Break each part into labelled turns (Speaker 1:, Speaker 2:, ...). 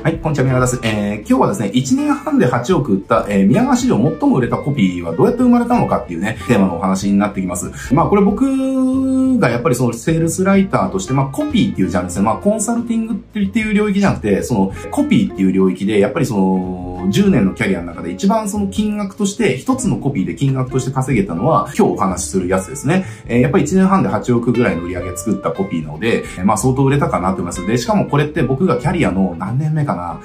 Speaker 1: はい、こんにちは、宮川です。今日はですね、1年半で8億売った、宮川史上最も売れたコピーはどうやって生まれたのかっていうね、テーマのお話になってきます。これ僕がやっぱりそのセールスライターとして、コピーっていうジャンルですね。コンサルティングっていう領域じゃなくて、そのコピーっていう領域で、やっぱりその10年のキャリアの中で一番その金額として、一つのコピーで金額として稼げたのは、今日お話しするやつですね。やっぱり1年半で8億ぐらいの売り上げ作ったコピーなので、相当売れたかなと思います。で、しかもこれって僕がキャリアの何年目かな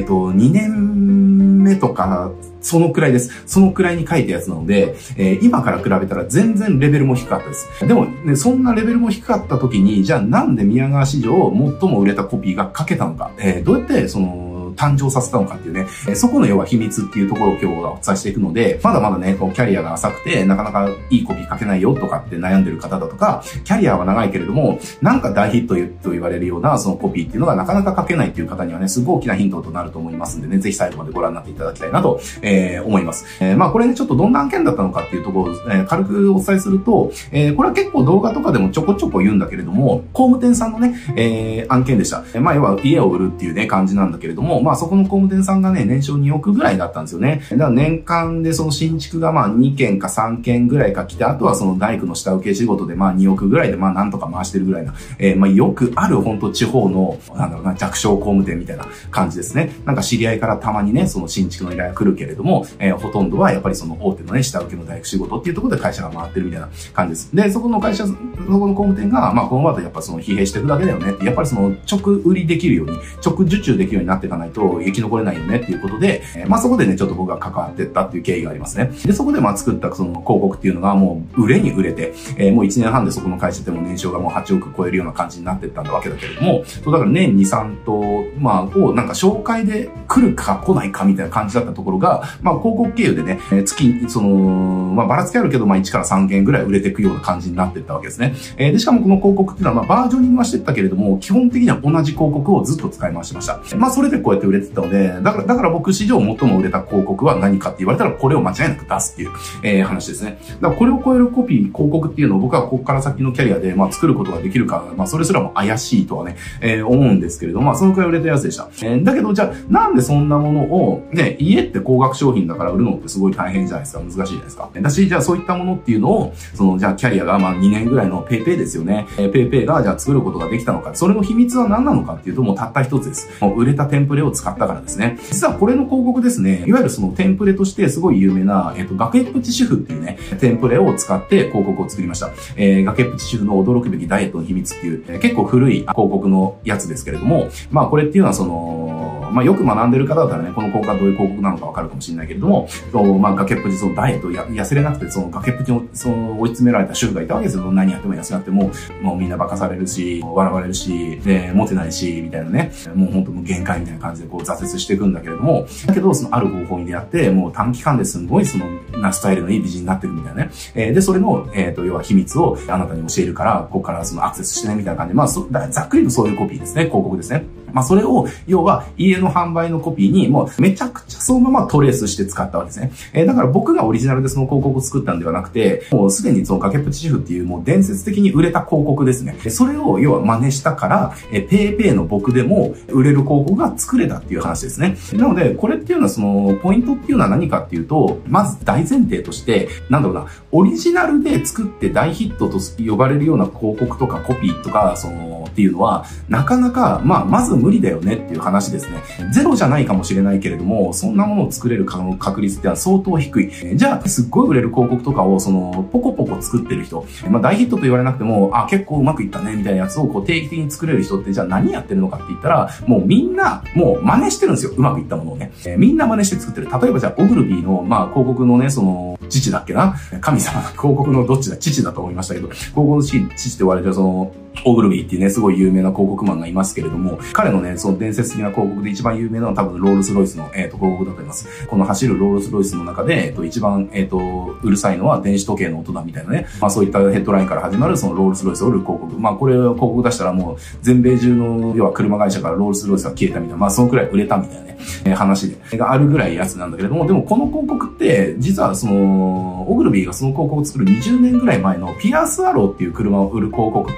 Speaker 1: 2年目とか、そのくらいです。そのくらいに書いたやつなので、今から比べたら全然レベルも低かったです。でもね、そんなレベルも低かった時に、じゃあなんで宮川史上最も売れたコピーが書けたのか、どうやって誕生させたのかっていうね、そこの要は秘密っていうところを今日はお伝えしていくので、まだまだね、キャリアが浅くて、なかなかいいコピー書けないよとかって悩んでる方だとか、キャリアは長いけれども、なんか大ヒットと言われるようなそのコピーっていうのがなかなか書けないっていう方にはね、すごい大きなヒントとなると思いますんでね、ぜひ最後までご覧になっていただきたいなと、思います。これね、ちょっとどんな案件だったのかっていうところを、軽くお伝えすると、これは結構動画とかでもちょこちょこ言うんだけれども、工務店さんのね、案件でした。要は家を売るっていうね、感じなんだけれども、そこの工務店さんがね、年商2億ぐらいだったんですよね。だから年間でその新築が2件か3件ぐらいか来て、あとはその大工の下請け仕事で2億ぐらいでなんとか回してるぐらいな、よくある本当地方の、弱小工務店みたいな感じですね。なんか知り合いからたまにね、その新築の依頼が来るけれども、ほとんどはやっぱりその大手のね、下請けの大工仕事っていうところで会社が回ってるみたいな感じです。で、そこの工務店が、このままやっぱその疲弊していくだけだよねって、やっぱりその直売りできるように、直受注できるようになっていかないと生き残れないよねっていうことで、そこでね、ちょっと僕が関わってったっていう経緯がありますね。で、そこで作ったその広告っていうのがもう売れに売れて、もう1年半でそこの会社でも年商がもう8億超えるような感じになってったわけだけれども、だから年2、3と、をなんか紹介で来るか来ないかみたいな感じだったところが、広告経由でね、月、ばらつきあるけど、1から3件ぐらい売れていくような感じになってったわけですね。で、しかもこの広告っていうのは、バージョニングはしてったけれども、基本的には同じ広告をずっと使い回してました。それでこうやって売れてったので、だから僕史上最も売れた広告は何かって言われたら、これを間違いなく出すっていう、話ですね。だからこれを超えるコピー、広告っていうのを僕はここから先のキャリアで、作ることができるか、それすらも怪しいとはね、思うんですけれども、そのくらい売れたやつでした。だけど、じゃあ、なんでそんなものを、ね、家って高額商品だから売るのってすごい大変じゃないですか。難しいじゃないですか。だし、じゃあそういったものっていうのを、じゃあキャリアが2年ぐらいのペイペイですよね。ペイペイがじゃあ作ることができたのか。それの秘密は何なのかっていうと、もうたった一つです。もう売れたテンプレを使ったからですね。実はこれの広告ですね、いわゆるそのテンプレとしてすごい有名な、崖っぷち主婦っていうね、テンプレを使って広告を作りました。崖っぷち主婦の驚くべきダイエットの秘密っていう、結構古い広告のやつですけれども、これっていうのはよく学んでる方だったらね、この広告はどういう広告なのかわかるかもしれないけれども、崖っぷちダイエット痩せれなくて、崖っぷちに追い詰められた主婦がいたわけですよ。何やっても痩せなくてもうみんな馬鹿されるし、笑われるし、で、モテないし、みたいなね、もう本当もう限界みたいな感じで挫折していくんだけれども、だけど、ある方法に出会って、もう短期間ですごいスタイルのいい美人になっていくみたいなね。で、それの、要は秘密をあなたに教えるから、ここからアクセスしてね、みたいな感じで、ざっくりとそういうコピーですね、広告ですね。それを、要は家の販売のコピーにもうめちゃくちゃそのままトレースして使ったわけですね。だから僕がオリジナルでその広告を作ったんではなくて、もうすでに崖っぷち主婦っていうもう伝説的に売れた広告ですね。それを要は真似したから、ペイペイの僕でも売れる広告が作れたっていう話ですね。なので、これっていうのはポイントっていうのは何かっていうと、まず大前提として、オリジナルで作って大ヒットと呼ばれるような広告とかコピーとか、っていうのは、なかなか、まず無理だよねっていう話ですね。ゼロじゃないかもしれないけれども、そんなものを作れる確率ってのは相当低い。じゃあ、すっごい売れる広告とかを、ポコポコ作ってる人、大ヒットと言われなくても、結構うまくいったね、みたいなやつを定期的に作れる人って、じゃあ何やってるのかって言ったら、もうみんな、もう真似してるんですよ。うまくいったものをね。みんな真似して作ってる。例えばじゃあ、オグルビーの、広告のね、父だっけな神様、広告のどっちだ父だと思いましたけど、広告の父って言われてるオグルビーっていうね、すごい有名な広告マンがいますけれども、彼のね、伝説的な広告で一番有名なのは多分ロールスロイスの、広告だと思います。この走るロールスロイスの中で、一番、うるさいのは電子時計の音だみたいなね、そういったヘッドラインから始まるロールスロイスを売る広告。これを広告出したらもう全米中の、要は車会社からロールスロイスが消えたみたいな、そのくらい売れたみたいなね、話があるぐらいやつなんだけれども、でもこの広告って、実はオグルビーがその広告を作る20年ぐらい前のピアスアローっていう車を売る広告と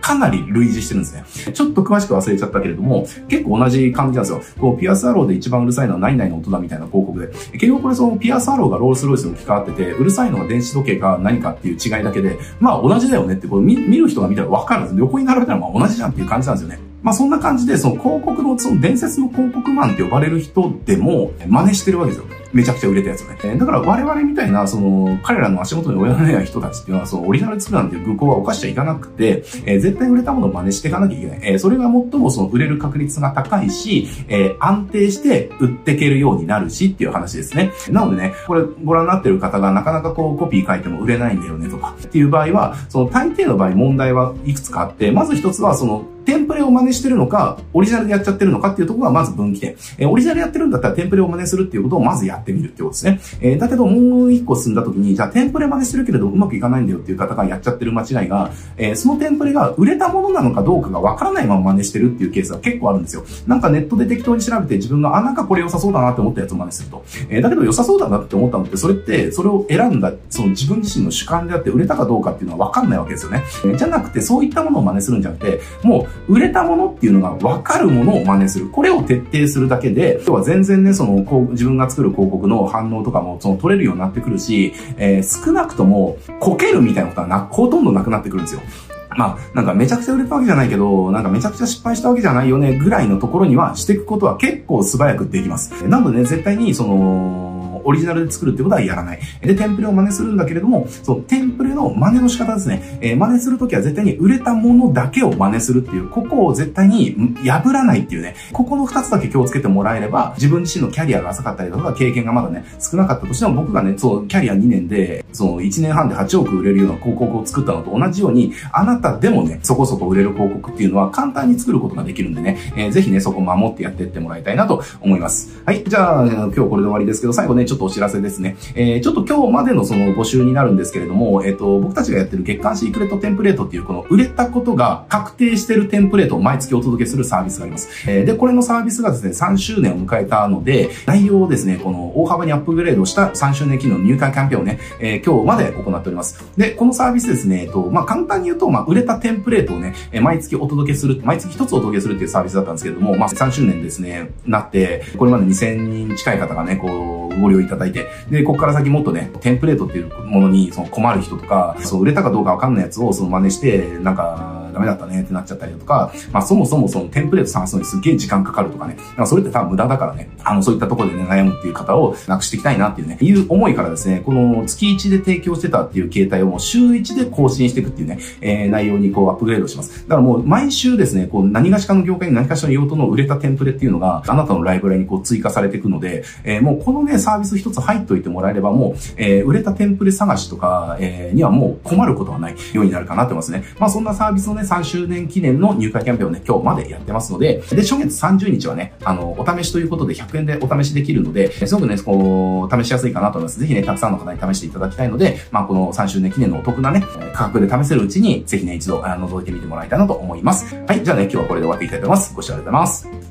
Speaker 1: かなり類似してるんですね。ちょっと詳しく忘れちゃったけれども、結構同じ感じなんですよ。こう、ピアスアローで一番うるさいのは何々の音だみたいな広告で。結局これそのピアスアローがロールスロイスに置き換わってて、うるさいのが電子時計か何かっていう違いだけで、まあ同じだよねって、これ見る人が見たらわかるんです。横に並べたらまあ同じじゃんっていう感じなんですよね。まあそんな感じで、その広告の、その伝説の広告マンって呼ばれる人でも真似してるわけですよ。めちゃくちゃ売れたやつをね。だから我々みたいな、彼らの足元に及ばない人たちっていうのは、オリジナルで作るなんていう愚行は犯しちゃいかなくて、絶対売れたものを真似していかなきゃいけない。それが最も売れる確率が高いし、安定して売っていけるようになるしっていう話ですね。なのでね、これご覧になってる方がなかなかこうコピー書いても売れないんだよねとかっていう場合は、大抵の場合問題はいくつかあって、まず一つはテンプレを真似してるのか、オリジナルでやっちゃってるのかっていうところがまず分岐点。オリジナルやってるんだったらテンプレを真似するっていうことをまずやってみるってことですね。だけどもう一個進んだ時に、じゃあテンプレ真似してるけれどうまくいかないんだよっていう方がやっちゃってる間違いが、そのテンプレが売れたものなのかどうかがわからないまま真似してるっていうケースが結構あるんですよ。なんかネットで適当に調べて自分が、なんかこれ良さそうだなって思ったやつを真似すると。だけど良さそうだなって思ったのって、それを選んだ、自分自身の主観であって売れたかどうかっていうのはわかんないわけですよね。じゃなくてそういったものを真似するんじゃなくて、もう売れたものっていうのが分かるものを真似する。これを徹底するだけで、今日は全然ね、自分が作る広告の反応とかも、取れるようになってくるし、少なくとも、こけるみたいなことはほとんどなくなってくるんですよ。まあ、なんかめちゃくちゃ売れたわけじゃないけど、なんかめちゃくちゃ失敗したわけじゃないよね、ぐらいのところにはしていくことは結構素早くできます。なのでね、絶対にオリジナルで作るってことはやらない。で、テンプレを真似するんだけれども、テンプレの真似の仕方ですね。真似するときは絶対に売れたものだけを真似するっていう、ここを絶対に破らないっていうね、ここの2つだけ気をつけてもらえれば、自分自身のキャリアが浅かったりとか、経験がまだね、少なかったとしても、僕がね、キャリア2年で、1年半で8億売れるような広告を作ったのと同じように、あなたでもね、そこそこ売れる広告っていうのは簡単に作ることができるんでね、ぜひね、そこを守ってやっていってもらいたいなと思います。はい、じゃあ、今日これで終わりですけど、最後ね、ちょっとお知らせですね。ちょっと今日までの募集になるんですけれども、僕たちがやってる月刊シークレットテンプレートっていうこの売れたことが確定してるテンプレートを毎月お届けするサービスがあります。で、これのサービスがですね、3周年を迎えたので、内容をですね、この大幅にアップグレードした3周年記念の入会キャンペーンをね、今日まで行っております。で、このサービスですね、簡単に言うと、売れたテンプレートをね、毎月お届けする、毎月1つお届けするっていうサービスだったんですけれども、3周年ですね、なって、これまで2000人近い方がね、ご利用いただいて、で、ここから先もっとね、テンプレートっていうものに困る人とか、売れたかどうかわかんないやつを真似して、なんか、ダメだったねってなっちゃったりとか、そもそもテンプレート探すのにすっげえ時間かかるとかね、それって多分無駄だからね、そういったところでね、悩むっていう方をなくしていきたいなっていうね、いう思いからですね、この月1で提供してたっていう形態をもう週1で更新していくっていうね、内容にアップグレードします。だからもう毎週ですね、何がしかの業界に何かしらの用途の売れたテンプレっていうのが、あなたのライブラリに追加されていくので、もうこのね、サービス一つ入っといてもらえればもう、売れたテンプレ探しとか、にはもう困ることはないようになるかなってますね。そんなサービスのね、3周年記念の入会キャンペーンをね、今日までやってますので、で、初月30日はね、お試しということで100円でお試しできるので、すごくね、試しやすいかなと思います。ぜひね、たくさんの方に試していただきたいので、この3周年記念のお得なね、価格で試せるうちに、ぜひね、一度、覗いてみてもらいたいなと思います。はい、じゃあね、今日はこれで終わっていきたいと思います。ご視聴ありがとうございます。